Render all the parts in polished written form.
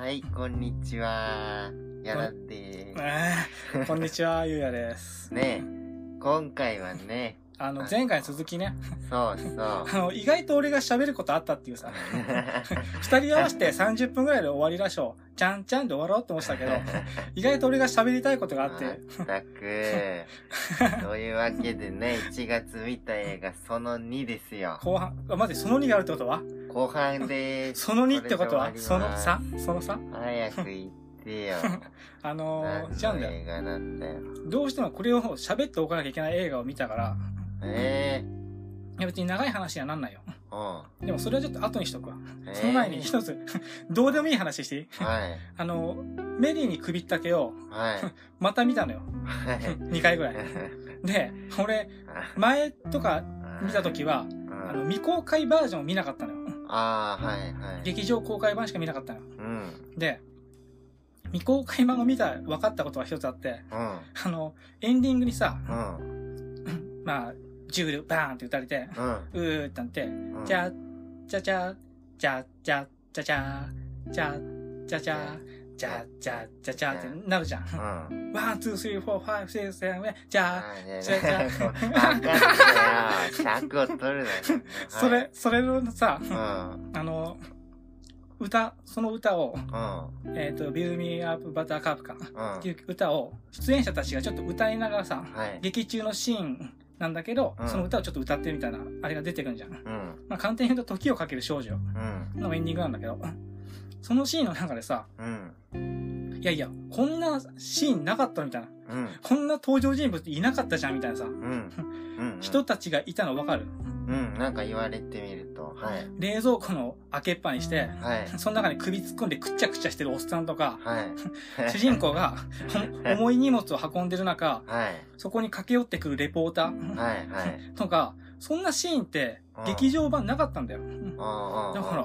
はい、こんにちは。やらでーす。こんにちは、ゆうやです。 ねえ、今回はね、 前回の続きね。 そうそう。 意外と俺が喋ることあったっていうさ。二人合わせて30分ぐらいで終わりらしょう。ちゃんちゃんで終わろうって思ってたけど、意外と俺が喋りたいことがあって。 まったく。というわけでね、1月見た映画その2ですよ。 後半、待って、その2があるってことは後半でその2ってことはその 3？ その 3？ 早く言ってよ。 何の映画なんだよ。 どうしてもこれを喋っておかなきゃいけない映画を見たから、いや別に長い話にはなんないよ。でもそれはちょっと後にしとくわ。その前に一つ、どうでもいい話していい？ はい。 メリーに首ったけを、また見たのよ。2回ぐらい。で、俺、前とか見たときは、未公開バージョンを見なかったのよ。劇場公開版しか見なかったのよ。で、未公開版を見た、分かったことは一つあって、エンディングにさ、まあ、ジュールバーンって打たれて、うーってなって、じゃじゃじゃ、じゃじゃじゃじゃ、じゃじゃじゃ、じゃじゃじゃじゃってなるじゃん。ワン、ツー、スリー、フォー、ファイブ、シックス、セブン、じゃじゃじゃ。 分かったよ。尺を取るなよ。 それのさ、その歌を、ビルミーアップバターカップか、っていう歌を、出演者たちがちょっと歌いながらさ、劇中のシーンなんだけど、その歌をちょっと歌ってるみたいな、あれが出てくるんじゃん。まあ簡単に言うと、時をかける少女のエンディングなんだけど、そのシーンの中でさ、いやいや、こんなシーンなかったみたいな。こんな登場人物いなかったじゃんみたいなさ、人たちがいたの分かる？ なんか言われてみると、 冷蔵庫の開けっぱにして、その中に首突っ込んでくっちゃくちゃしてるおっさんとか、主人公が重い荷物を運んでる中、そこに駆け寄ってくるレポーターとか、そんなシーンって劇場版なかったんだよ。だから、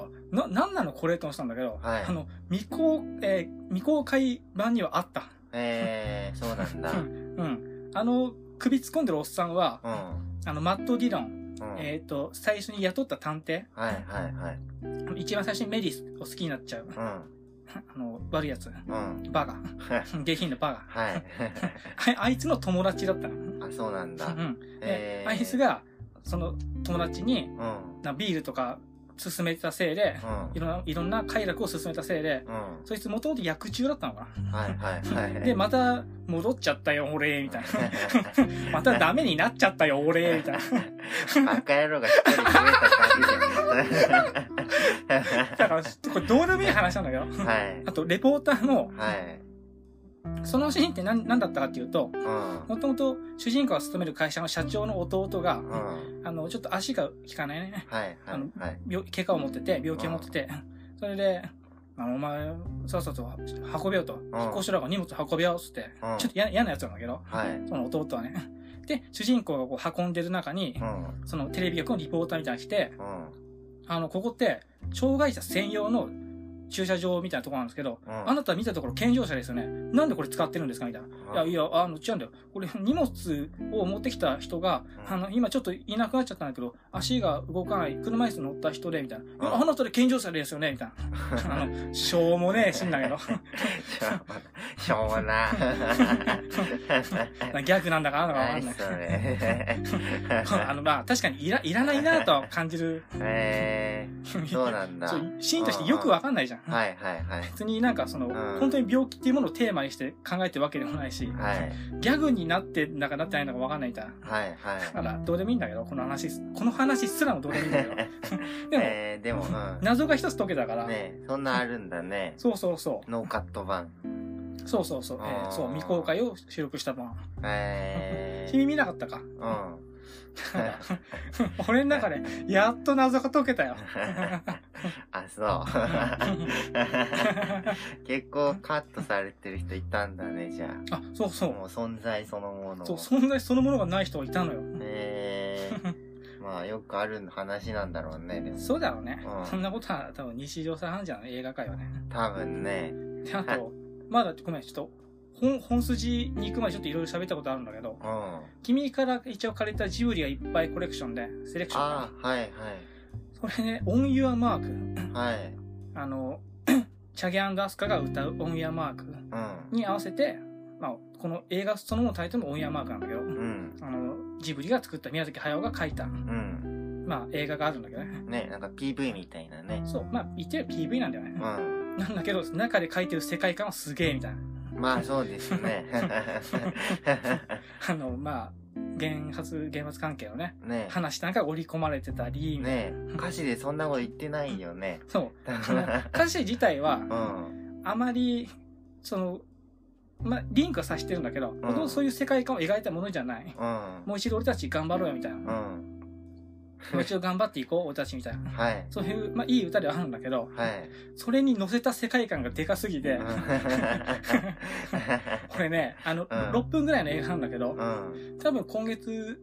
なんなのこれと思ってたんだけど、未公開版にはあった。 そうなんだ。 首突っ込んでるおっさんは、マット・ディロン、最初に雇った探偵。一番最初にメリスを好きになっちゃう。悪いやつ。バカ。下品なバカ。あいつの友達だったの。 あ、そうなんだ。 あいつが、その友達に、ビールとか勧めたせいで、いろんな快楽を勧めたせいで、そいつもともと薬中だったのかな。で、また戻っちゃったよ、俺、みたいな。またダメになっちゃったよ、俺、みたいな。バカ野郎が一人増えた感じで。 だから、これどうでもいい話なんだけど。あと、レポーターの、そのシーンって何だったかっていうと、もともと主人公が勤める会社の社長の弟が、ちょっと足が効かないね。怪我を持ってて、病気を持ってて、それで、お前、そう運べよと。引っ越しろが荷物運べよつって、ちょっと嫌なやつなんだけど、その弟はね。で、主人公がこう運んでる中に、そのテレビ局のリポーターみたいなのが来て、ここって、障害者専用の駐車場みたいなところなんですけど、あなた見たところ健常者ですよね。なんでこれ使ってるんですかみたいな。いや、違うんだよ。これ荷物を持ってきた人が、今ちょっといなくなっちゃったんだけど、足が動かない車椅子乗った人で、みたいな。あなたで健常者ですよねみたいな。しょうもねえシーンだけど。 しょうもな。 ギャグなんだかなんだかわかんない。まあ、確かにいらないなと感じる。 そうなんだ。 シーンとしてよくわかんないじゃん。別になんか本当に病気っていうものをテーマにして考えてるわけでもないし、ギャグになってんだかなってないのかわかんないみたいな。だから、どうでもいいんだけど、この話すらもどうでもいいんだけど。 でも、 謎が一つ解けたから。 そんなあるんだね。 そう。 ノーカット版。 そう。未公開を収録した版。君見なかったか？俺の中で、やっと謎が解けたよ。 あ、そう。結構カットされてる人いたんだね、じゃあ。 あ、そう。 もう存在そのもの。 そう、存在そのものがない人がいたのよ。 まあ、よくある話なんだろうね。 そうだろうね。そんなことは多分日常茶飯事なの、映画界はね。 多分ね。 で、あと、まだ、ごめん、ちょっと、本筋に行く前にちょっといろいろ喋ったことあるんだけど、君から一応借りたジブリがいっぱいコレクションで、セレクション。それね、オンユアマーク。 チャゲ&アスカが歌うオンエアマークに合わせて、まあ、この映画そのもののタイトルもオンエアマークなんだけど、ジブリが作った宮崎駿が書いた、まあ映画があるんだけどね。 ね、なんか PV みたいなね。 そう、まあ言ってる PV なんだよね。なんだけど、中で書いてる世界観はすげえみたいな。 まあそうですね。 まあ、原発関係のね、話なんか織り込まれてたり、 ね、歌詞でそんなこと言ってないよね。 そう。歌詞自体は、あまり、まあ、リンクはさしてるんだけど、そういう世界観を描いたものじゃない。もう一度俺たち頑張ろうよみたいな。もう一度頑張っていこう俺たちみたいな。そういう、まあいい歌ではあるんだけど、それに乗せた世界観がでかすぎて、これね、6分ぐらいの映画なんだけど、多分今月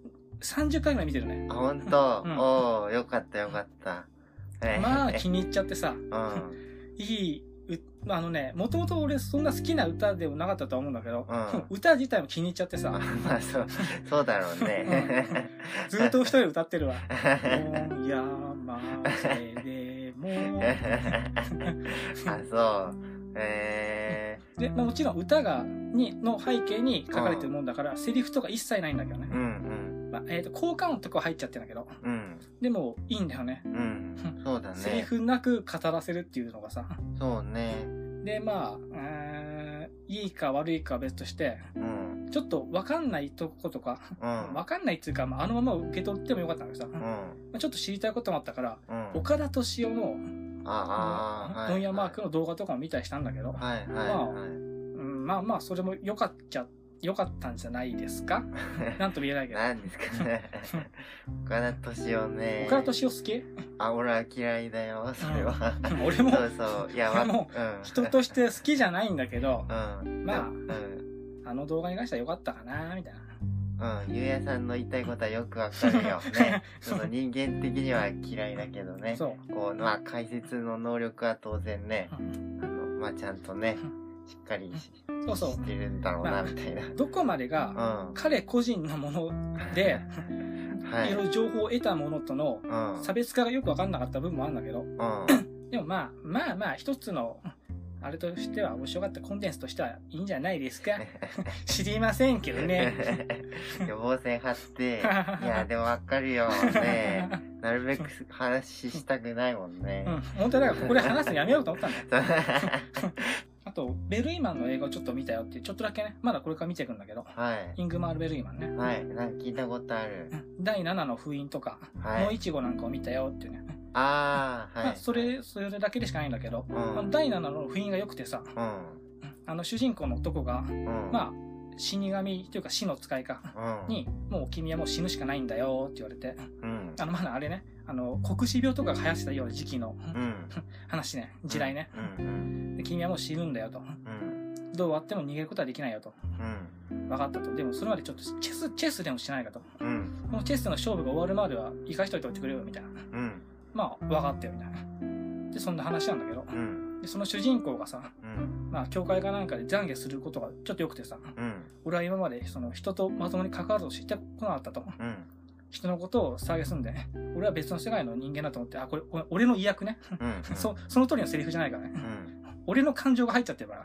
30回ぐらい見てるね。 あ、ほんと？おー、よかったよかった。 まあ気に入っちゃってさ、いい、もともと俺そんな好きな歌でもなかったと思うんだけど、歌自体も気に入っちゃってさ。 まあそうだろうね。 ずっと一人で歌ってるわ。今夜ませでも。 あ、そう。 で、まあ、もちろん歌の背景に書かれてるもんだから、セリフとか一切ないんだけどね。まあ、効果音とか入っちゃってるんだけど。でも、いいんだよね。 そうだね。 セリフなく語らせるっていうのがさ。 そうね。 で、まあ、いいか悪いかは別として、ちょっとわかんないとことか、わかんないっていうか、まあ、まま受け取ってもよかったんだけどさ、ちょっと知りたいこともあったから、岡田敏夫の、オンエアマークの動画とかも見たりしたんだけど、まあ、それもよかったんじゃないですかなんとも言えないけど。 なんですかね。岡田敏夫ね。 岡田敏夫好き？ 俺は嫌いだよ、それは。 俺も、 そう。いや、 もう、人として好きじゃないんだけど、まあ、動画に関してはよかったかな、みたいな。 ゆうやさんの言いたいことはよくわかるよ。ね。人間的には嫌いだけどね。まあ、解説の能力は当然ね、まあ、ちゃんとね、しっかりしてるんだろうな、みたいな。 どこまでが、彼個人のもので、いろいろ情報を得たものとの差別化がよくわかんなかった部分もあるんだけど、でもまあ、一つの、あれとしては面白かったコンテンツとしてはいいんじゃないですか。知りませんけどね。 予防線張って、いや、でもわかるよね。なるべく話したくないもんね。 本当だからここで話すのやめようと思ったんだよ。あと、ベルイマンの映画をちょっと見たよって、ちょっとだけね、まだこれから見ていくんだけど、イングマール・ベルイマンね。 なんか聞いたことある。 第7の封印とか、のいちごなんかを見たよっていうね。それだけでしかないんだけど、第7の封印が良くてさ、主人公の男が、まあ、死神というか死の使いか、に、もう君はもう死ぬしかないんだよって言われて、まだあれね、黒死病とかが流行ってたような時期の話ね、時代ね。で、君はもう死ぬんだよと。どうあっても逃げることはできないよと。分かったと。でもそれまでちょっとチェスでもしないかと。このチェスの勝負が終わるまでは生かしといておいてくれよみたいな。まあ、分かったよみたいな。で、そんな話なんだけど、でその主人公がさ、まあ、教会かなんかで懺悔することがちょっと良くてさ、俺は今まで人とまともに関わると知ってこなかったと。人のことを騒げすんで、俺は別の世界の人間だと思って、これ、俺の意訳ね。その通りのセリフじゃないからね。俺の感情が入っちゃってるから。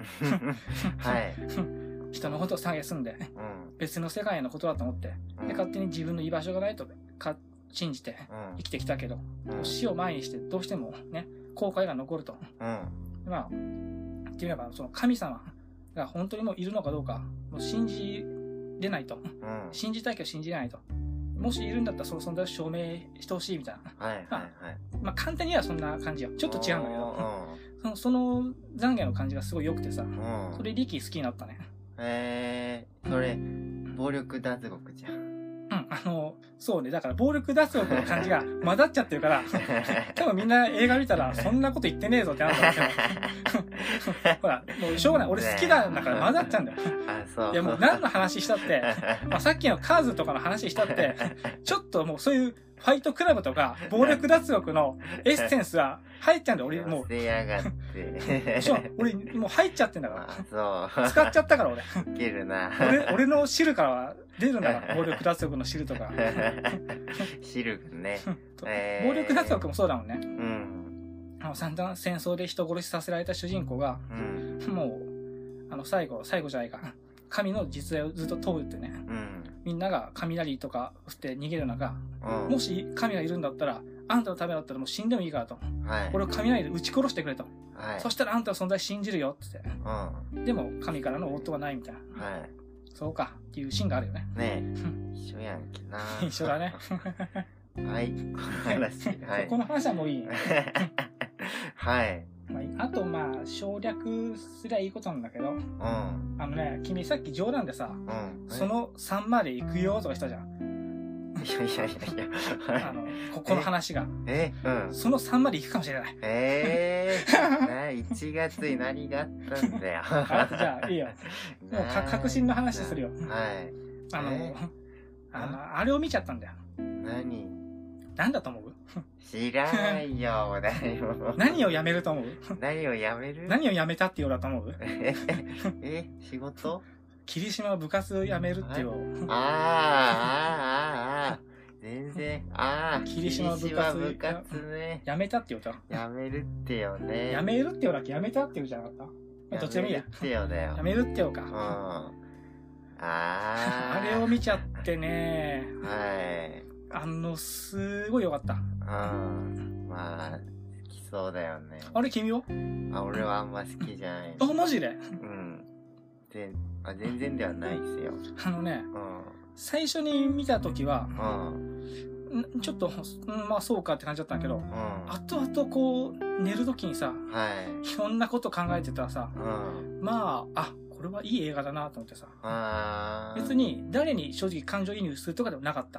人のことを騒げすんで、別の世界のことだと思って、で勝手に自分の居場所がないと信じて生きてきたけど、死を前にしてどうしてもね、後悔が残ると。まあ、っていうのが、その神様が本当にもういるのかどうか、もう信じれないと。信じたいけど信じれないと。もしいるんだったらその存在を証明してほしいみたいな。まあ簡単にはそんな感じよ。ちょっと違うんだけど。その懺悔の感じがすごい良くてさ、それリキ好きになったね。 それ、暴力脱獄じゃん。 そうね。だから暴力脱獄の感じが混ざっちゃってるから、多分みんな映画見たらそんなこと言ってねえぞってなったんだけど。ほら、もうしょうがない。俺好きだから混ざっちゃうんだよ。いやもう何の話したって、まあ、さっきのカーズとかの話したって、ちょっともうそういうファイトクラブとか暴力脱獄のエッセンスは入っちゃうんだよ。俺もう。 せやがって。 俺もう入っちゃってんだから。 そう。使っちゃったから俺。 ウケるな。 俺の汁からは出るんだから。暴力脱獄の汁とか。 汁ね。 暴力脱獄もそうだもんね。 散々戦争で人殺しさせられた主人公が、もう、最後じゃないか。神の実在をずっと問うってね。みんなが雷とか降って逃げる中、もし神がいるんだったら、あんたのためだったらもう死んでもいいからと。俺を雷で撃ち殺してくれと。そしたらあんたの存在信じるよって言って。でも神からの応答はないみたいな。そうかっていうシーンがあるよね。 ねえ。一緒やんけな。 一緒だね。 はい。この話。 この話はもういい。 はい。 あと省略すりゃいいことなんだけど、君さっき冗談でさ、その3まで行くよとかしたじゃん。 いや。 この話が。その3まで行くかもしれない。 1月に何があったんだよ。 じゃあ、いいよ。もう確信の話するよ。あれを見ちゃったんだよ。なんだと思う？ 知らないよ、 何をやめると思う？ 何をやめる？ 何をやめたって言うだと思う？ 仕事？ 霧島は部活やめるってよ。 全然、 霧島は部活ね。 やめたって言うた。 やめるってよね。 やめるって言うだけやめたって言うじゃなかった？どっちでもいいや。 やめるってよだよ。 やめるってよか。あれを見ちゃってね。すごいよかった。 好きそうだよね。 あれ、君は？ 俺はあんま好きじゃない。 マジで？ 全然ではないですよ。 最初に見たときは、ちょっと、そうかって感じだったんだけど、後々こう、寝るときにさ、いろんなこと考えてたらさ、これはいい映画だなと思ってさ、別に誰に正直感情移入するとかでもなかった。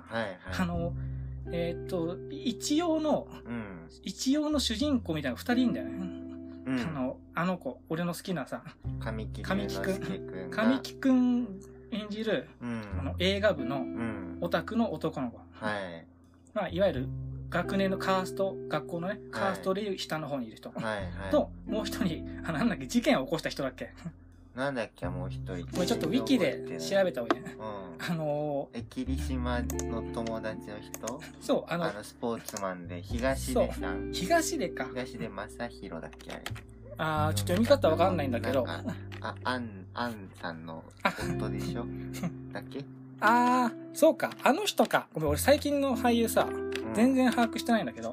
一応の主人公みたいな2人いんだよね。あの子、俺の好きなさ、神木くん演じる、映画部のオタクの男の子。いわゆる学年の学校のね、カーストでいう下の方にいる人。と、もう一人、なんだっけ、事件を起こした人だっけ。 なんだっけ、もう一人。 これちょっとウィキで調べた方がいいね。 霧島の友達の人？ そう、 スポーツマンで、東出さん？ 東出か。 東出正宏だっけ、あれ。 ちょっと読み方わかんないんだけど。 アンさんの夫でしょだっけ？ そうか。あの人か。ごめん、俺最近の俳優さ、全然把握してないんだけど。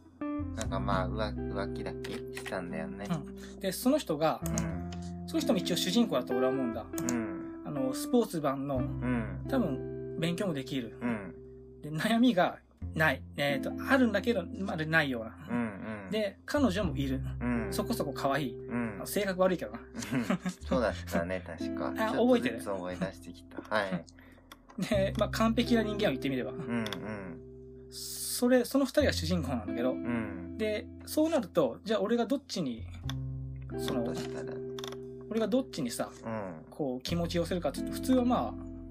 浮気だっけしたんだよね。 で、その人が、その人も一応主人公だと俺は思うんだ。スポーツ版の、多分、勉強もできる。で、悩みがない。あるんだけど、まだないような。で、彼女もいる。そこそこ可愛い。性格悪いけどな。 そうだったね、確か。 覚えてる。 思い出してきた。 で、完璧な人間を言ってみれば。その二人が主人公なんだけど、で、そうなると、じゃあ俺がどっちに、俺がどっちにさ、こう気持ち寄せるかって言うと、普通は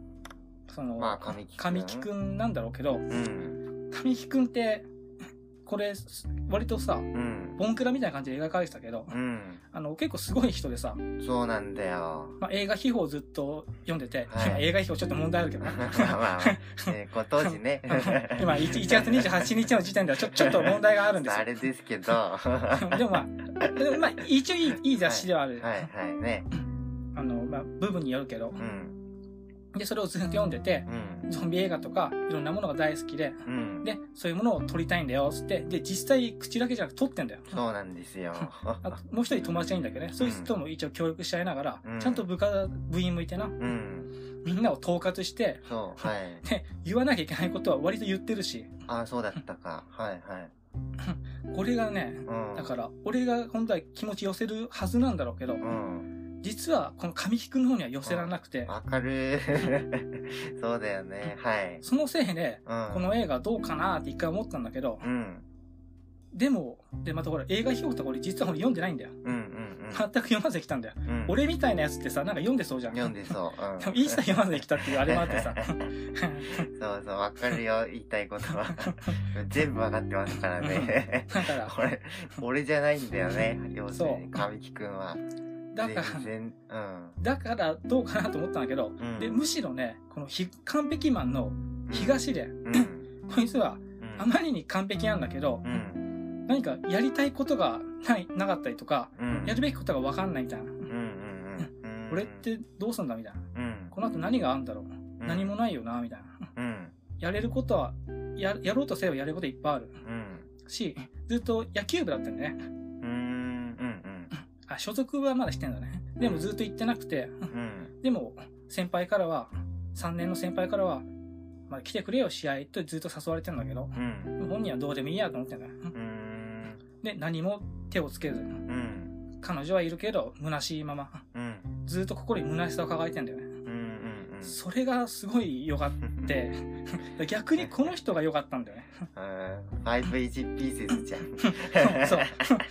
神木くんなんだろうけど、神木くんって、これ、割とさ、ボンクラみたいな感じで描かれてたけど、結構すごい人でさ、 そうなんだよ。 映画秘宝をずっと読んでて、今映画秘宝ちょっと問題あるけどね。 当時ね。 今1月28日の時点ではちょっと問題があるんですよ。 あれですけど。 でも一応いい雑誌ではある。 ね。 部分によるけど。で、それをずっと読んでて、ゾンビ映画とかいろんなものが大好きで、で、そういうものを撮りたいんだよ、つって、で、実際口だけじゃなくて撮ってんだよ。 そうなんですよ。 もう一人友達がいいんだけどね、そいつとも一応協力し合いながら、ちゃんと部員もいてな、みんなを統括して、で、言わなきゃいけないことは割と言ってるし。 そうだったか。 これがね、だから、俺が本当は気持ち寄せるはずなんだろうけど、実はこの神木くんの方には寄せられなくて。 わかる。そうだよね。 そのせいで、この映画どうかなって一回思ったんだけど、でも、またほら、映画表とか俺実は読んでないんだよ。全く読まずに来たんだよ。俺みたいなやつってさ、なんか読んでそうじゃん。 読んでそう。 でも一切読まずに来たっていうあれもあってさ。 そう、わかるよ、言いたいことは。全部わかってますからね。 だから、 俺じゃないんだよね、要するに、神木くんは。 だからどうかなと思ったんだけど、でむしろね、この完璧マンの東出、こいつはあまりに完璧なんだけど、 何かやりたいことがなかったりとか、やるべきことが分かんないみたいな。俺ってどうすんだみたいな。この後何があるんだろう。何もないよな、みたいな。やれることは、やろうとすればやれることいっぱいある。し、ずっと野球部だったんだね。所属はまだしてんだね。でもずっと行ってなくて、でも先輩からは、3年の先輩からは、まあ、来てくれよ試合とずっと誘われてんだけど、本人はどうでもいいやと思ってんだよ。で、何も手をつけず、彼女はいるけど、虚しいまま、ずっと心に虚しさを抱えてんだよね。それがすごい良かって、逆にこの人が良かったんだよね。 5H ピーセスじゃん。 そう。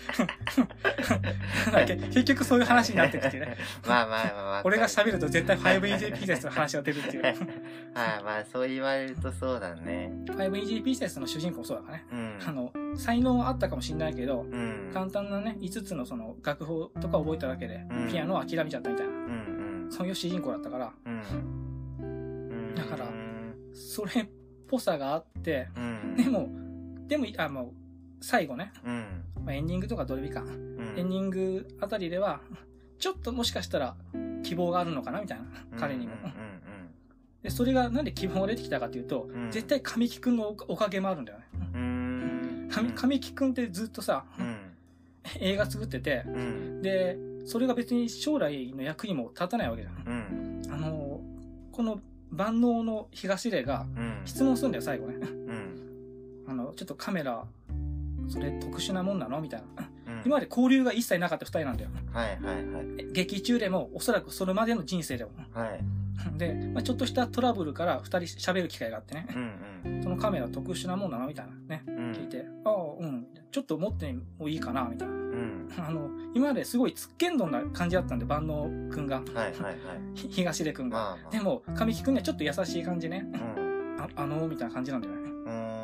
結局そういう話になってくっていうね。 まあ。 俺が喋ると絶対 5H ピーセスの話が出るっていう。 まあそう言われるとそうだね。 5H ピーセスの主人公もそうだからね。才能はあったかもしれないけど、簡単なね、5つのその楽譜とか覚えただけで、ピアノを諦めちゃったみたいな。そういう主人公だったから。だから、それっぽさがあって、でも、もう、最後ね、エンディングとかどれでいいか、エンディングあたりでは、ちょっともしかしたら希望があるのかなみたいな、彼にも。で、それがなんで希望が出てきたかというと、絶対神木くんのおかげもあるんだよね。神木くんってずっとさ、映画作ってて、で、それが別に将来の役にも立たないわけじゃん。この万能の東出が質問するんだよ、最後ね。ちょっとカメラ、それ特殊なもんなのみたいな。今まで交流が一切なかった二人なんだよ。劇中でも、おそらくそれまでの人生でも。で、ちょっとしたトラブルから二人喋る機会があってね。そのカメラ特殊なもんなのみたいなね。聞いて、ちょっと持ってもいいかなみたいな。今まですごいつっけんどんな感じだったんで、万能くんが。東出くんが。でも、神木くんにはちょっと優しい感じね。みたいな感じなんだよね。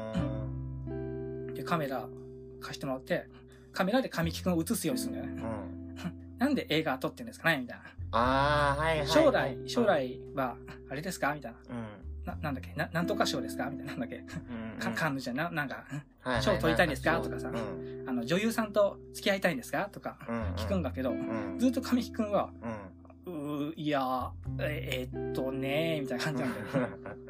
で、カメラ貸してもらって、カメラで神木くんを映すようにするんだよね。なんで映画撮ってんですかねみたいな。将来は、あれですかみたいな。なんだっけなんとか賞ですかみたいな。なんだっけカンヌじゃなんか、賞取りたいんですかとかさ、女優さんと付き合いたいんですかとか聞くんだけど、ずっと神木くんは、いや、みたいな感じなんだよ。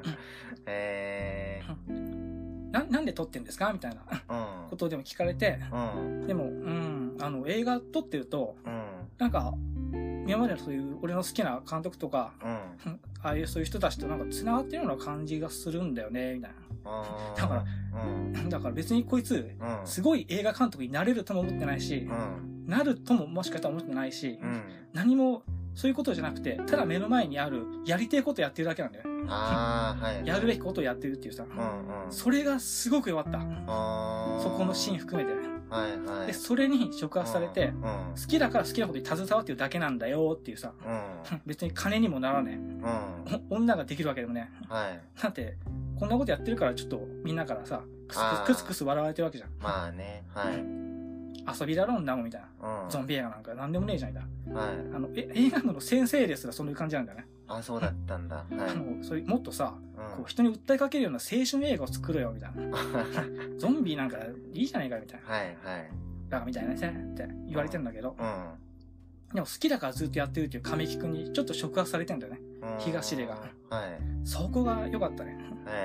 なんで撮ってんですかみたいなことでも聞かれて、でも、映画撮ってると、なんか、今までのそういう俺の好きな監督とか、ああいうそういう人たちとなんか繋がってるような感じがするんだよね、みたいな。だから別にこいつ、すごい映画監督になれるとも思ってないし、なるとももしかしたら思ってないし、何もそういうことじゃなくて、ただ目の前にある、やりたいことやってるだけなんだよね。やるべきことをやってるっていうさ、それがすごく良かった。そこのシーン含めて。で、それに触発されて、好きだから好きなことに携わってるだけなんだよっていうさ、別に金にもならねえ。女ができるわけでもね。だって、こんなことやってるからちょっとみんなからさ、クスクス笑われてるわけじゃん。 まあね、 遊びだろんなもんみたいな。ゾンビ映画なんかなんでもねえじゃんみたいな。映画の先生ですらそういう感じなんだよね。 そうだったんだ。 そういうもっとさ、こう人に訴えかけるような青春映画を作るよみたいな。ゾンビなんかいいじゃねえかみたいな。だからみたいなねって言われてんだけど。でも好きだからずっとやってるっていう神木くんにちょっと触発されてんだよね。東出が。そこが良かったね。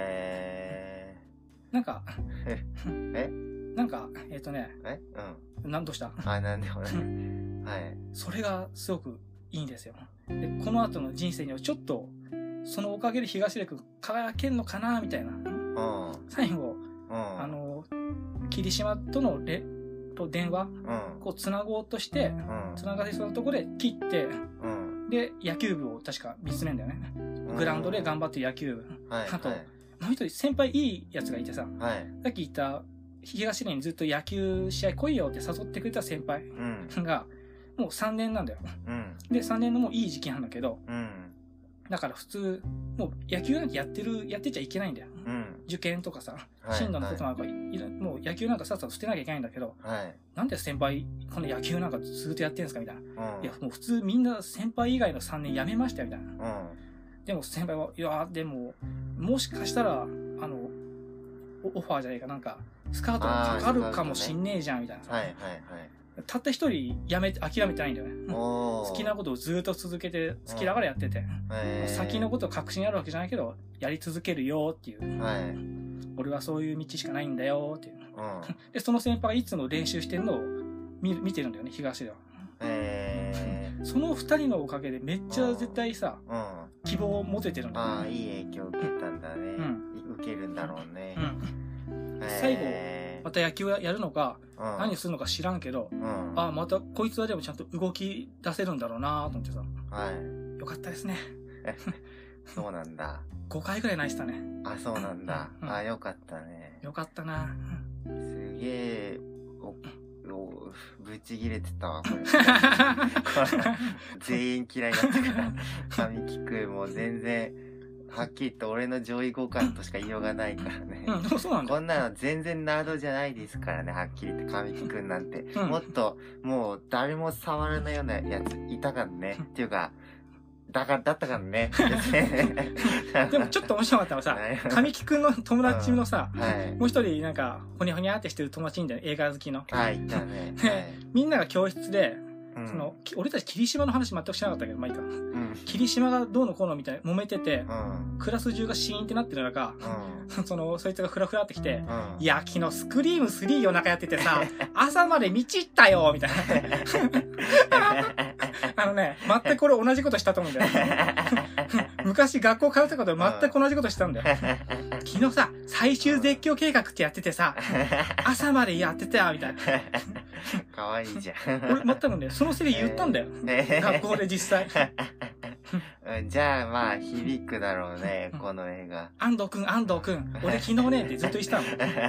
なんか、なんか、どうした？ なんでもね。 それがすごくいいんですよ。で、この後の人生にはちょっと、そのおかげで東出くん輝けんのかなみたいな。最後、霧島との電話、こう繋ごうとして、繋がりそうなところで切って、で、野球部を確か見つめんだよね。グラウンドで頑張ってる野球部。あと、もう一人先輩いいやつがいてさ、さっき言った東出にずっと野球試合来いよって誘ってくれた先輩が、もう3年なんだよ。で、3年のもういい時期なんだけど、だから普通、もう野球なんてやってちゃいけないんだよ。受験とかさ、進路のことなんか、もう野球なんかさっさと捨てなきゃいけないんだけど、なんで先輩、この野球なんかずっとやってんすかみたいな。いや、もう普通みんな先輩以外の3年辞めましたよ、みたいな。でも先輩は、いや、でも、もしかしたら、オファーじゃないかなんか、 スカートかかるかもしんねえじゃんみたいなさ、 はいはいはい、 たった一人諦めてないんだよね。好きなことをずっと続けて好きだからやってて、先のこと確信あるわけじゃないけどやり続けるよっていう、はい、俺はそういう道しかないんだよっていう、でその先輩がいつも練習してるのを見てるんだよね、東では。その二人のおかげでめっちゃ絶対さ、希望を持ててるんだよね。 いい影響を受けたんだね、受けるんだろうね、 最後また野球やるのか、何するのか知らんけど、またこいつはでもちゃんと動き出せるんだろうなと思ってさ、よかったですね。 そうなんだ。 5回ぐらい泣いてたね。 そうなんだ。よかったね。 よかったな。 すげえぶち切れてたわ、これ。全員嫌いだったから。神木くんも全然、はっきり言って俺の上位互換としか言いようがないからね。 そうなんだ。 こんなの全然ナードじゃないですからね、はっきり言って神木くんなんて。もっと、もう誰も触らないようなやついたからね。っていうか、だったからね。 でもちょっと面白かったのはさ、神木くんの友達のさ、もう一人なんか、ほにゃほにゃってしてる友達いんだよ、映画好きの。 いたね。 みんなが教室で、俺たち霧島の話全くしなかったけど、まあいいか。霧島がどうのこうのみたいな揉めてて、クラス中がシーンってなってる中、そいつがフラフラってきて、いや、昨日スクリーム3夜中やっててさ、朝まで見ちったよみたいな。全くこれ同じことしたと思うんだよ。昔学校通ったことで全く同じことしたんだよ。昨日さ、最終絶叫計画ってやっててさ、朝までやってたよみたいな。 かわいいじゃん。 俺全くね、そのセリ言ったんだよ。学校で実際。 じゃあまあ響くだろうね、この映画。 安藤くん、俺昨日ねってずっと言ってたの。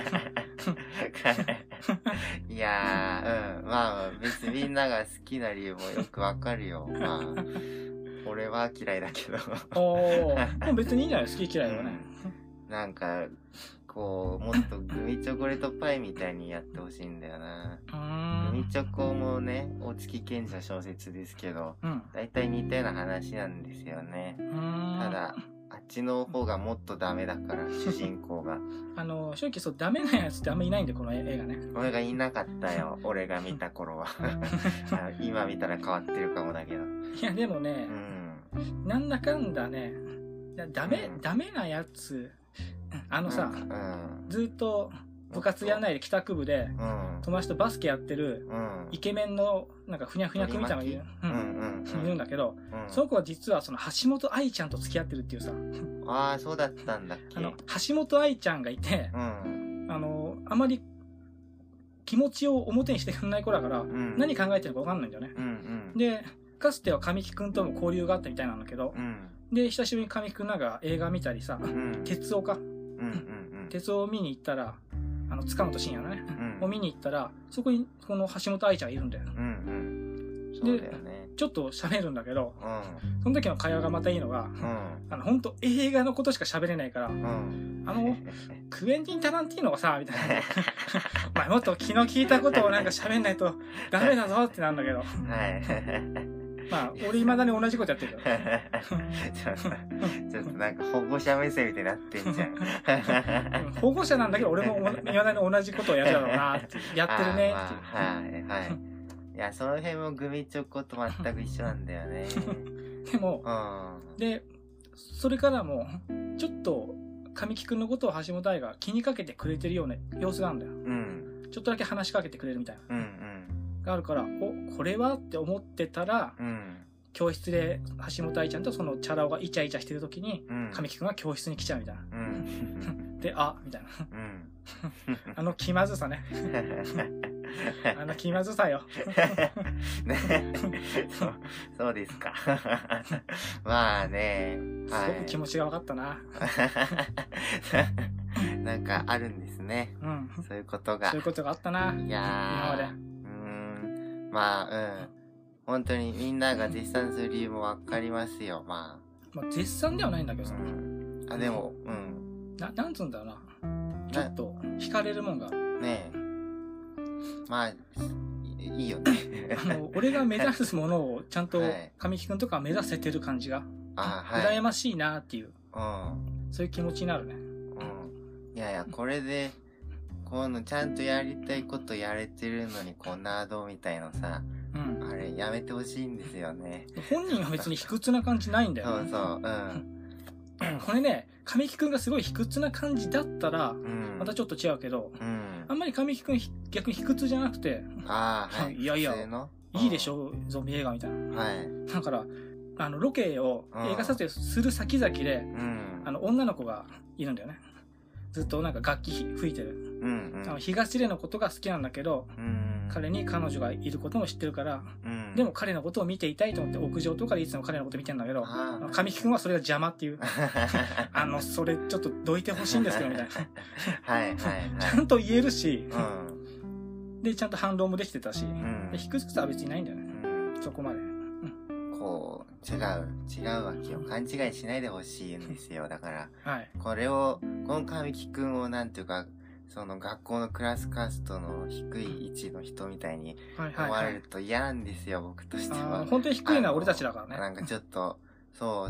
いやまあ別にみんなが好きな理由もよくわかるよ。まあ俺は嫌いだけど。 でも別にいいんじゃない、好き嫌いはね。 なんかこうもっとグミチョコレートパイみたいにやってほしいんだよな。グミチョコもね、大月健二小説ですけど、だいたい似たような話なんですよね。ただあっちの方がもっとダメだから主人公が。 正直そうダメなやつってあんまいないんだよ、この映画ね。 俺がいなかったよ、俺が見た頃は。今見たら変わってるかもだけど。 いやでもね、なんだかんだね、ダメなやつ。さ、ずっと部活やんないで帰宅部で、友達とバスケやってるイケメンのなんかふにゃふにゃくみたいなのがいるんだけど、その子は実はその橋本愛ちゃんと付き合ってるっていうさ。 そうだったんだっけ。 橋本愛ちゃんがいて、あまり気持ちを表にしてくんない子だから、何考えてるか分かんないんだよね。で、かつては神木くんとも交流があったみたいなんだけど、で、久しぶりに神木くんなんか映画見たりさ、鉄夫か。鉄夫を見に行ったら、塚本慎也のね、を見に行ったら、そこにこの橋本愛ちゃんいるんだよ。で、ちょっと喋るんだけど、その時の会話がまたいいのが、ほんと映画のことしか喋れないから、クエンティン・タランティーノがさ、みたいな。お前もっと昨日聞いたことをなんか喋んないとダメだぞってなんだけど。まあ、俺未だに同じことやってるよ。 ちょっとなんか保護者目線みたいになってんじゃん。 保護者なんだけど、俺も未だに同じことをやるだろうなって、やってるねっていう。 いや、その辺もグミチョコと全く一緒なんだよね。 でも、で、それからも、ちょっと、神木くんのことを橋本愛が気にかけてくれてるような様子があるんだよ。ちょっとだけ話しかけてくれるみたいな。があるから、これはって思ってたら、教室で橋本愛ちゃんとそのチャラ男がイチャイチャしてる時に、神木くんが教室に来ちゃうみたいな。で、みたいな。気まずさね。気まずさよ。 そうですか。まあね。 すごく気持ちが分かったな。 なんかあるんですね。そういうことが。 そういうことがあったな。 いやー。今まで。まあ、本当にみんなが絶賛する理由もわかりますよ、まあ絶賛ではないんだけどさ。 でも、 なんつうんだろうな。ちょっと、惹かれるもんが。 ねえ。まあ、いいよね。 俺が目指すものをちゃんと神木くんとか目指せてる感じが、羨ましいなっていう、そういう気持ちになるね。 いやいや、これで、 こういうのちゃんとやりたいことやれてるのに、こう、ナードみたいのさ、あれ、やめてほしいんですよね。 本人は別に卑屈な感じないんだよ。 そうそう、 これね、神木くんがすごい卑屈な感じだったら、またちょっと違うけど、あんまり神木くん逆に卑屈じゃなくて、いやいや、いいでしょ、ゾンビ映画みたいな。だから、ロケを映画撮影する先々で、女の子がいるんだよね。ずっとなんか楽器吹いてる。東出のことが好きなんだけど、彼に彼女がいることも知ってるから、でも彼のことを見ていたいと思って屋上とかでいつも彼のこと見てるんだけど、神木くんはそれが邪魔っていう。それちょっとどいてほしいんですけど、みたいな。ちゃんと言えるし、で、ちゃんと反論もできてたし、卑屈さは別にないんだよね。そこまで。 こう、違うわけよ。勘違いしないでほしいんですよ。だから、この神木くんをなんていうか、その学校のクラスカーストの低い位置の人みたいに思われると嫌なんですよ、僕としては。 本当に低いのは俺たちだからね。 なんかちょっと、そう、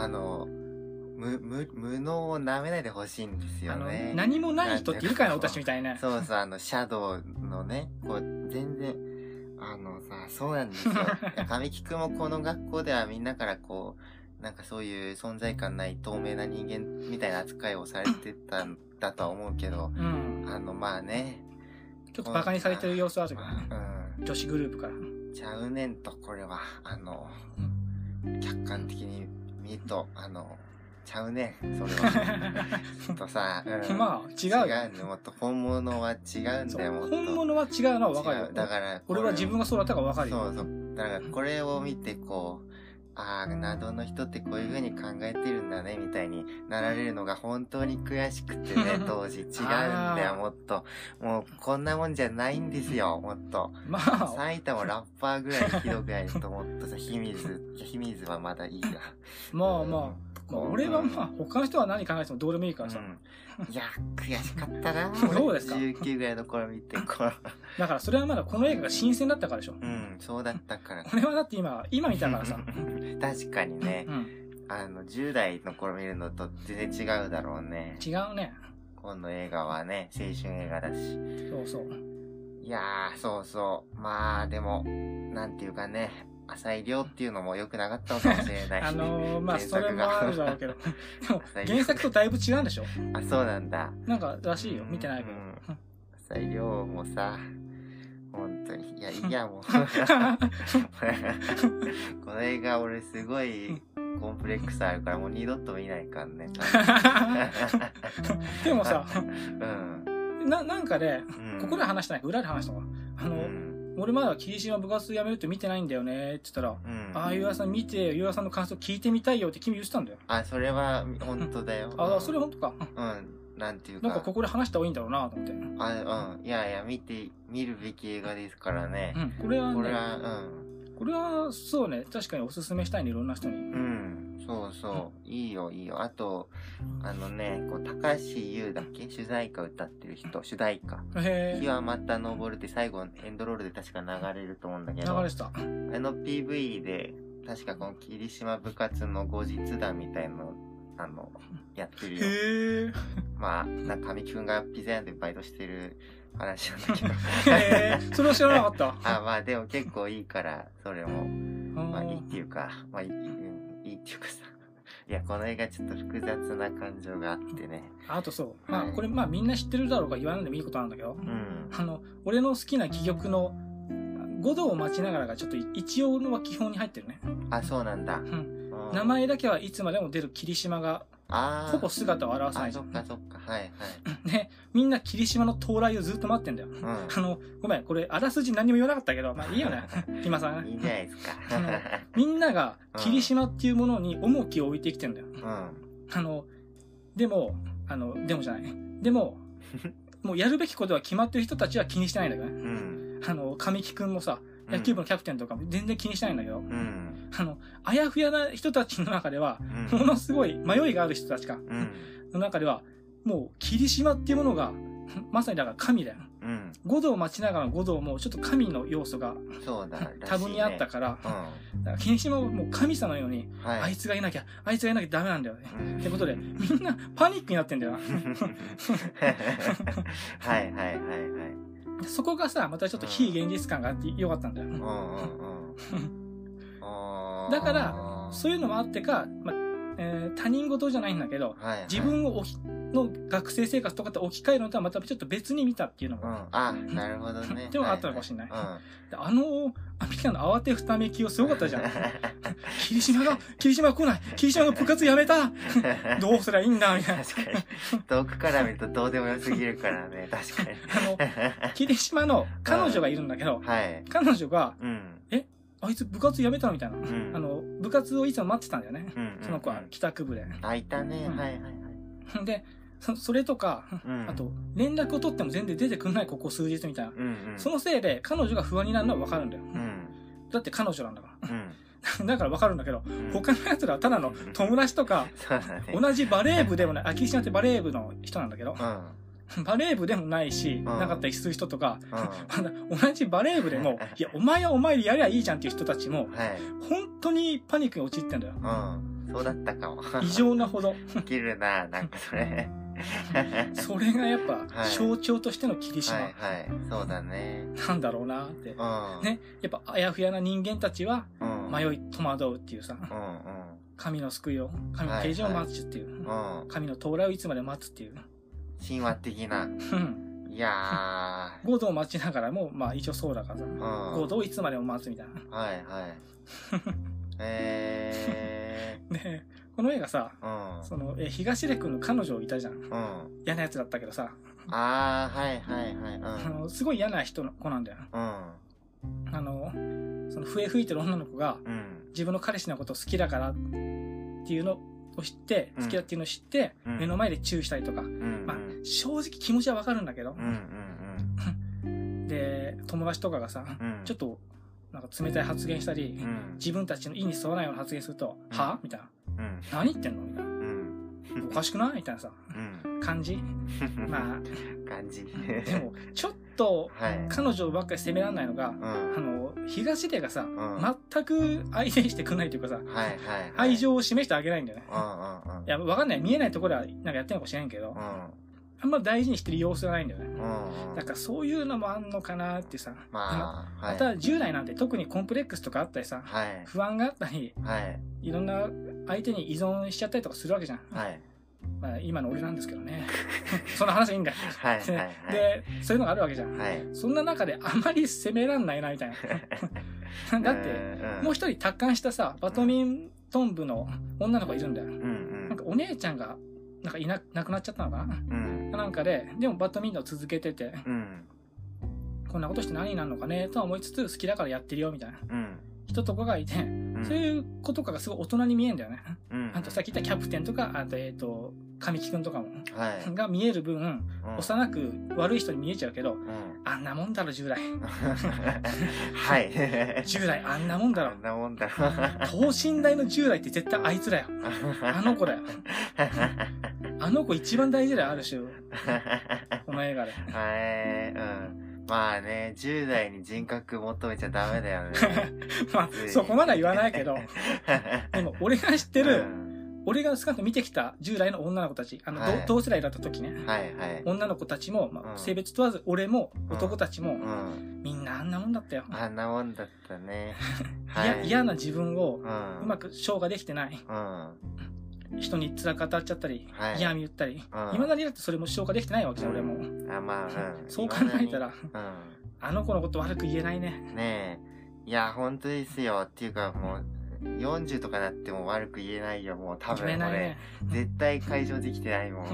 無能を舐めないでほしいんですよね。 何もない人っているからね、私みたいな。 そう、シャドウのね、こう、全然、そうなんですよ。神木くんもこの学校ではみんなからこう、なんかそういう存在感ない透明な人間みたいな扱いをされてたんだとは思うけど、まあね。 ちょっと馬鹿にされてる様子はあるけどね。女子グループから。 ちゃうねんと、これは、客観的に見ると、ちゃうねん、それは。ちょっとさ、 まあ、違う。 違うんだよ、もっと本物は違うんだよ、もっと。 本物は違うのは分かるよ。 だから、 俺は自分がそうだったから分かるよ。 そう。だから、これを見て、こう、謎の人ってこういう風に考えてるんだね、みたいになられるのが本当に悔しくてね、当時。違うんだよ、もっと。もう、こんなもんじゃないんですよ、もっと。 まあ。 埼玉ラッパーぐらいひどくないともっとさ、秘密はまだいいや。 まあ。俺はまあ、他の人は何考えてもどうでもいいからさ。 いや、悔しかったな。 そうですか。 19ぐらいの頃見て、 だからそれはまだこの映画が新鮮だったからでしょ。 そうだったから。 これはだって今見たからさ。 確かにね。10代の頃見るのと全然違うだろうね。 違うね。 今度映画はね、青春映画だし。 そう。 いやー、そう。まあ、でも、なんていうかね。浅井亮っていうのも良くなかったのかもしれないし、 まあ、それもあるだろうけど。でも、原作とだいぶ違うんでしょ？ そうなんだ。 なんからしいよ。見てないけど。 浅井亮もさ、本当に。いや、もう。この映画俺すごいコンプレックスあるからもう二度と見ないかんね。 でもさ、なんかね、ここで話してないか、裏で話したのか。俺まだ霧島部活辞めるって見てないんだよねって言ったら、ゆうやさん見て、ゆうやさんの感想聞いてみたいよって君言ってたんだよ。 それは本当だよ。 それ本当か。 なんていうか。 なんかここで話した方がいいんだろうなと思って。 いや、見るべき映画ですからね。 これはそうね、確かにおすすめしたいね、いろんな人に。 そう。いいよ。あと、こう、高橋優だっけ主題歌歌ってる人、主題歌。日はまた昇るって最後、エンドロールで確か流れると思うんだけど。 流れてた。 PV で、確かこの霧島部活の後日談みたいの、やってるよ。まあ、なんか神木くんがピザ屋でバイトしてる話なんだけど。 それは知らなかった。 まあでも結構いいから、それも。まあいいっていうか、いいっていうかさ。いや、この映画ちょっと複雑な感情があってね。 あとそう。これみんな知ってるだろうから言わないでもいいことなんだけど。俺の好きな戯曲の五道を待ちながらがちょっと一応のは基本に入ってるね。 そうなんだ。 名前だけはいつまでも出る霧島が、ほぼ姿を現さない。 そっか。はい。 ね、みんな霧島の到来をずっと待ってんだよ。ごめん、これ、あらすじ何も言わなかったけど、まあいいよね。今さん。 いいじゃないですか。 みんなが霧島っていうものに重きを置いてきてんだよ。でもじゃない。でも、もうやるべきことは決まってる人たちは気にしてないんだけどね。神木くんもさ、野球部のキャプテンとかも全然気にしないんだけど、あやふやな人たちの中では、ものすごい迷いがある人たちか、の中では、もう霧島っていうものが、まさにだから神だよ。 五道を待ちながらの五道もちょっと神の要素が多分にあったから、だから霧島ももう神様のように、あいつがいなきゃダメなんだよね。ってことで、みんなパニックになってんだよな。そこがさ、またちょっと非現実感があってよかったんだよ。だから、そういうのもあってか、他人事じゃないんだけど、自分の学生生活とかと置き換えるのとはまたちょっと別に見たっていうのが、 なるほどね。 でもあったのかもしれない。アメリカの慌てふためきをすごかったじゃん。霧島が来ない、霧島が部活やめた、どうすりゃいいんだみたいな。 確かに。遠くから見るとどうでもよすぎるからね、確かに。 霧島の彼女がいるんだけど、彼女が、あいつ部活やめたのみたいな。部活をいつも待ってたんだよね。その子は帰宅部で。 いたね。 で、それとか、あと、連絡を取っても全然出てくんないここ数日みたいな。そのせいで彼女が不安になるのはわかるんだよ。だって彼女なんだから。だからわかるんだけど、他の奴らはただの友達とか、同じバレー部でもない、霧島ってバレー部の人なんだけど、バレー部でもないし、なかったりする人とか、同じバレー部でも、いや、お前はお前でやりゃいいじゃんっていう人たちも、本当にパニックに陥ってんだよ。 そうだったかも。 異常なほど。 できるな、なんかそれ。 それがやっぱ、象徴としての霧島。 そうだね。 なんだろうなって。ね。やっぱ、あやふやな人間たちは、迷い戸惑うっていうさ、神の救いを、神の啓示を待つっていう、神の到来をいつまで待つっていう。 神話的な。いやー。五道を待ちながらも、一応そうだからさ、五道をいつまでも待つみたいな。で、この映画さ、東出くんの彼女いたじゃん。嫌なやつだったけどさ。すごい嫌な人の子なんだよ。その笛吹いてる女の子が、自分の彼氏のことを好きだからっていうのを知って、好きだっていうのを知って、目の前でチューしたりとか。正直気持ちはわかるんだけど。で、友達とかがさ、ちょっと、なんか冷たい発言したり、自分たちの意に沿わないような発言すると、はみたいな。何言ってんのみたいな。おかしくないみたいなさ、感じ感じ。 でも、ちょっと、彼女ばっかり責められないのが、東出がさ、全く相手にしてくんないというかさ、愛情を示してあげないんだよね。いや、わかんない。見えないところはなんかやってるのかもしれんけど、あんま大事にしてる様子がないんだよね。だからそういうのもあんのかなってさ。また10代なんて特にコンプレックスとかあったりさ、不安があったり、いろんな相手に依存しちゃったりとかするわけじゃん。今の俺なんですけどね。そんな話はいいんだよ。で、そういうのがあるわけじゃん。そんな中であまり責めらんないな、みたいな。だって、もう一人達観したさ、バドミントン部の女の子がいるんだよ。なんかお姉ちゃんが、なんか亡くなっちゃったのかな、なんかで、でもバドミントンを続けてて、こんなことして何になるのかねとは思いつつ、好きだからやってるよ、みたいな。人とかがいて、そういう子とかがすごい大人に見えんだよね。あとさっき言ったキャプテンとか、あと、神木くんとかも、が見える分、幼く悪い人に見えちゃうけど、あんなもんだろ、10代。10代、あんなもんだろ。等身大の10代って絶対あいつだよ。あの子だよ。あの子一番大事だよ、ある種。この映画で。 まあね、10代に人格求めちゃダメだよね。 そこまでは言わないけど。でも、俺が知ってる、俺が少なくとも見てきた10代の女の子たち、同世代だった時ね。女の子たちも、性別問わず、俺も男たちも、みんなあんなもんだったよ。 あんなもんだったね。 嫌な自分をうまく消化できてない。人に辛く語っちゃったり、嫌味言ったり、今だにだってそれも消化できてないわけじゃん、俺も。そう考えたら、あの子のこと悪く言えないね。 ねえ。いや、本当ですよ。っていうかもう、40とかなっても悪く言えないよ、もう多分俺。絶対解消できてないもん。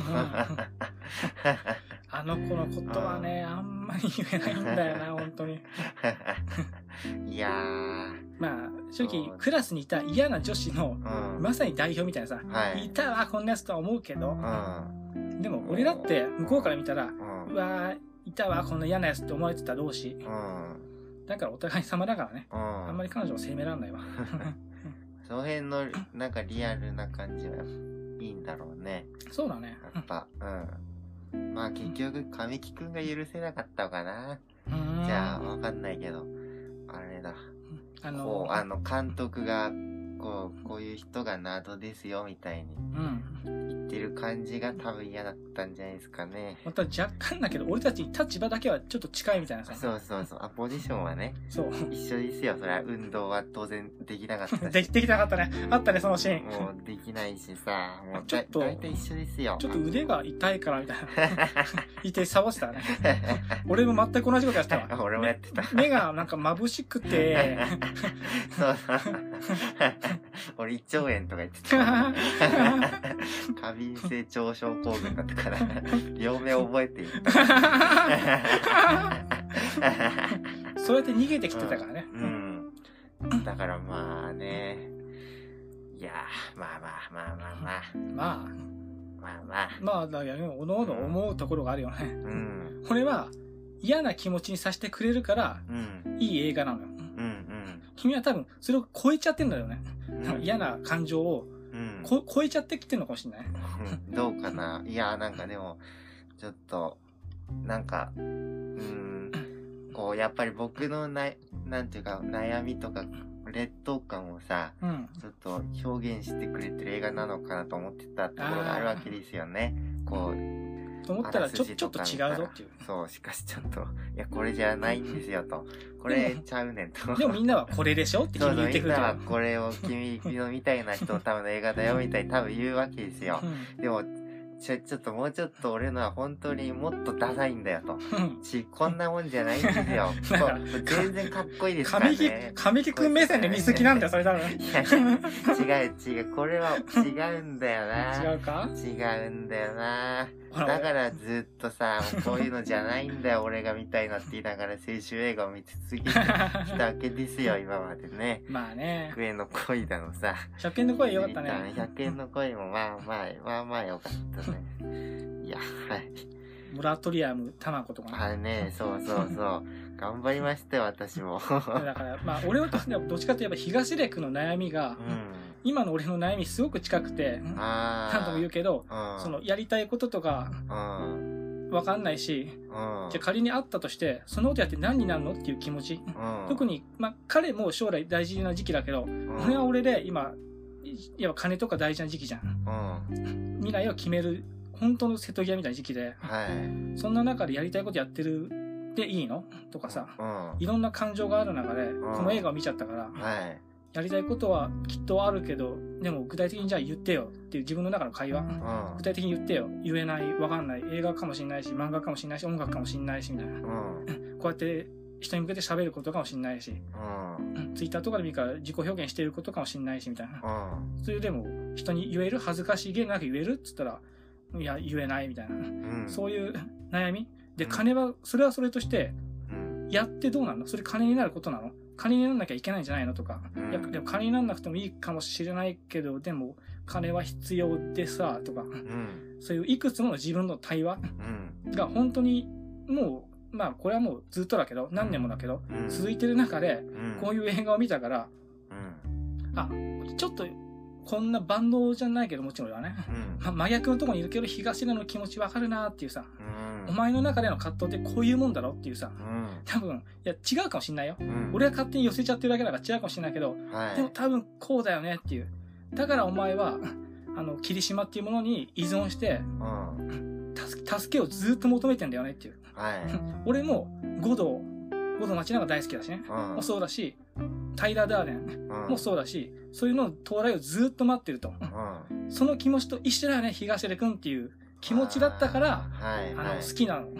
あの子のことはね、あんまり言えないんだよな、本当に。 いやー。 正直、クラスにいた嫌な女子の、まさに代表みたいなさ、いたわ、こんなやつとは思うけど、でも俺だって向こうから見たら、うわー、いたわ、こんな嫌なやつって思われてた同士。だからお互い様だからね。あんまり彼女を責めらんないわ。 その辺の、なんかリアルな感じはいいんだろうね。 そうだね。 やっぱ、 まあ結局神木くんが許せなかったのかな。じゃあわかんないけど、あれだ。監督がこういう人がナードですよみたいに言ってる感じが多分嫌だったんじゃないですかね。 また若干だけど俺たち立場だけはちょっと近いみたいなさ。 そうポジションはね、そう一緒ですよ。それは運動は当然できなかったしできなかったね。あったねそのシーン。 もうできないしさ、もう大体一緒ですよ。 ちょっと腕が痛いからみたいな言ってサボってたね。俺も全く同じことやってたわ。 俺もやってた。 目がなんか眩しくてそう俺胃腸炎とか言ってた。過敏性腸症候群だったから両目覚えている。 そうやって逃げてきてたからね。 だからまあね、いやまあだけどおのおの思うところがあるよね。これは嫌な気持ちにさせてくれるから、いい映画なのよ。君は多分それを超えちゃってんだよね。嫌な感情を、超えちゃってきてるのかもしれない。 どうかな。いやなんかでもちょっとなんかこうやっぱり僕のなんていうか悩みとか劣等感をさ、ちょっと表現してくれてる映画なのかなと思ってたところがあるわけですよね。こうと思ったらちょっと違うぞっていう。 そう、しかしちょっといやこれじゃないんですよと、これちゃうねんと。 でもみんなはこれでしょって君言ってくる。 みんなはこれを君のみたいな人のための映画だよみたいに多分言うわけですよ。でもちょっともうちょっと俺のは本当にもっとダサいんだよと。こんなもんじゃないんですよ。全然かっこいいですからね。 神木くん目線で見すぎなんだよ、それ多分。 違う。これは違うんだよな。 違うか？ 違うんだよな。だからずっとさ、こういうのじゃないんだよ、俺が見たいなって言いながら青春映画を見続けてきたわけですよ、今までね。 まあね。 100円の恋だのさ。 100円の恋よかったね。 100円の恋もまあよかったね。いや、はい。 モラトリアム卵とかね。はいね、そう。頑張りましたよ、私も。 だから、まあ、俺はどっちかといえば東出君の悩みが、今の俺の悩みすごく近くて、何度も言うけど、そのやりたいこととか、わかんないし、じゃ仮にあったとして、そのことやって何になるのっていう気持ち。特に、まあ、彼も将来大事な時期だけど、俺は俺で今、いや金とか大事な時期じゃん。未来を決める、本当の瀬戸際みたいな時期で、そんな中でやりたいことやってるでいいのとかさ、いろんな感情がある中で、この映画を見ちゃったから、やりたいことはきっとあるけど、でも具体的にじゃあ言ってよっていう自分の中の会話、具体的に言ってよ、言えない、わかんない、映画かもしれないし、漫画かもしれないし、音楽かもしれないしみたいな、こうやって人に向けて喋ることかもしれないし、ツイッターとかでもいいから自己表現していることかもしれないしみたいな、それでも人に言える、恥ずかしげなく言えるっつったら、いや言えないみたいな、そういう悩みで、金はそれはそれとしてやってどうなの？それ金になることなの？金にならなきゃいけないんじゃないのとか、いやでも金にならなくてもいいかもしれないけど、でも金は必要でさとか、そういういくつもの自分の対話が本当にもう、まあこれはもうずっとだけど、何年もだけど、続いてる中でこういう映画を見たから、あ、ちょっとこんな万能じゃないけど、もちろん俺はね、真逆のところにいるけど東出の気持ちわかるなっていうさ、お前の中での葛藤ってこういうもんだろっていうさ、多分いや違うかもしんないよ、俺は勝手に寄せちゃってるだけだから違うかもしれないけど、でも多分こうだよねっていう。だからお前は霧島っていうものに依存して、助けをずっと求めてんだよねっていう、俺も五道町永大好きだしね、もそうだし、タイラー・ダーデンもそうだし、そういうの到来をずっと待ってると、その気持ちと一緒だよね、東出くんっていう気持ちだったから、好きなの。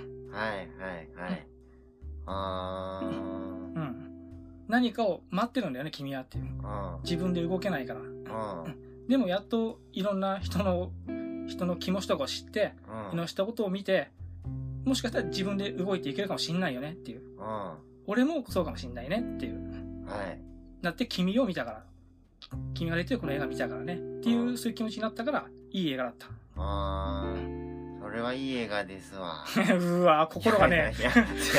何かを待ってるんだよね、君はっていう。自分で動けないから。でもやっといろんな人の気持ちとかを知って、いろんな人ことを見て、もしかしたら自分で動いていけるかもしんないよねっていう。俺もそうかもしんないねっていう。だって君を見たから。君が出てるこの映画見たからね。っていう、そういう気持ちになったから、いい映画だった。 それはいい映画ですわ。 うわ心がね。 いや、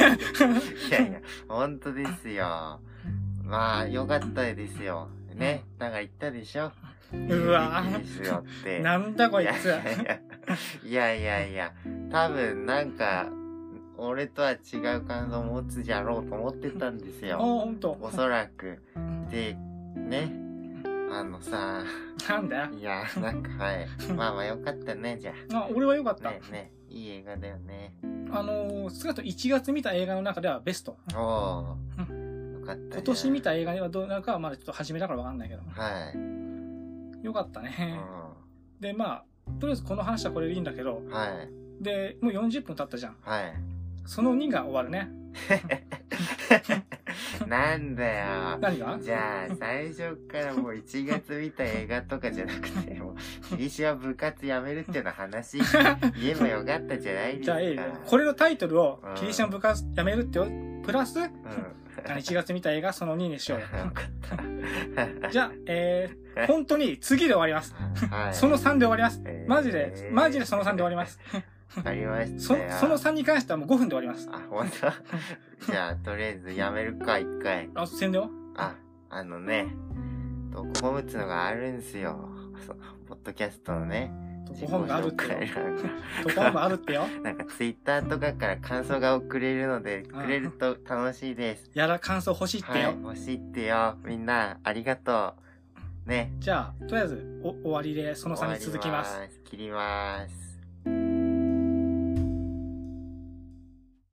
本当ですよ。まあ、よかったですよ。ね。だから言ったでしょ。 うわですよって。 なんだこいつ。 いや。 多分なんか、俺とは違う感想を持つじゃろうと思ってたんですよ。 ほんと。 おそらく。で、ね。さ、 なんだよ。 いや、なんか、はい。まあまあよかったね、じゃあ。 俺はよかった。 ね、いい映画だよね。 少なくとも1月見た映画の中ではベスト。 おー。よかった。 今年見た映画ではどうなるかはまだちょっと初めだからわかんないけど。 はい。 よかったね。で、まあ、とりあえずこの話はこれでいいんだけど、 はい。 で、もう40分経ったじゃん。 はい。 その2が終わるね。 なんだよ。 何が？ じゃあ、最初からもう1月見た映画とかじゃなくて、もう、霧島部活やめるっていうの話言えばよかったじゃないですか。 じゃあ、これのタイトルを、霧島部活やめるってよ、プラス、1月見た映画その2にしようよ。 よかった。 じゃあ、本当に次で終わります。その3で終わります。マジでその3で終わります。 わかりましたよ。 その3に関してはもう5分で終わります。 あ、ほんと？じゃあ、とりあえずやめるか、1回。 宣伝は？ ドコモつのがあるんすよ。ポッドキャストのね。 ドコモがあるってよ。ドコモがあるってよ。 なんかツイッターとかから感想が送れるので、くれると楽しいです。 感想欲しいってよ。 はい、欲しいってよ。みんな、ありがとう。ね。 じゃあ、とりあえず、終わりでその3に続きます。 切ります。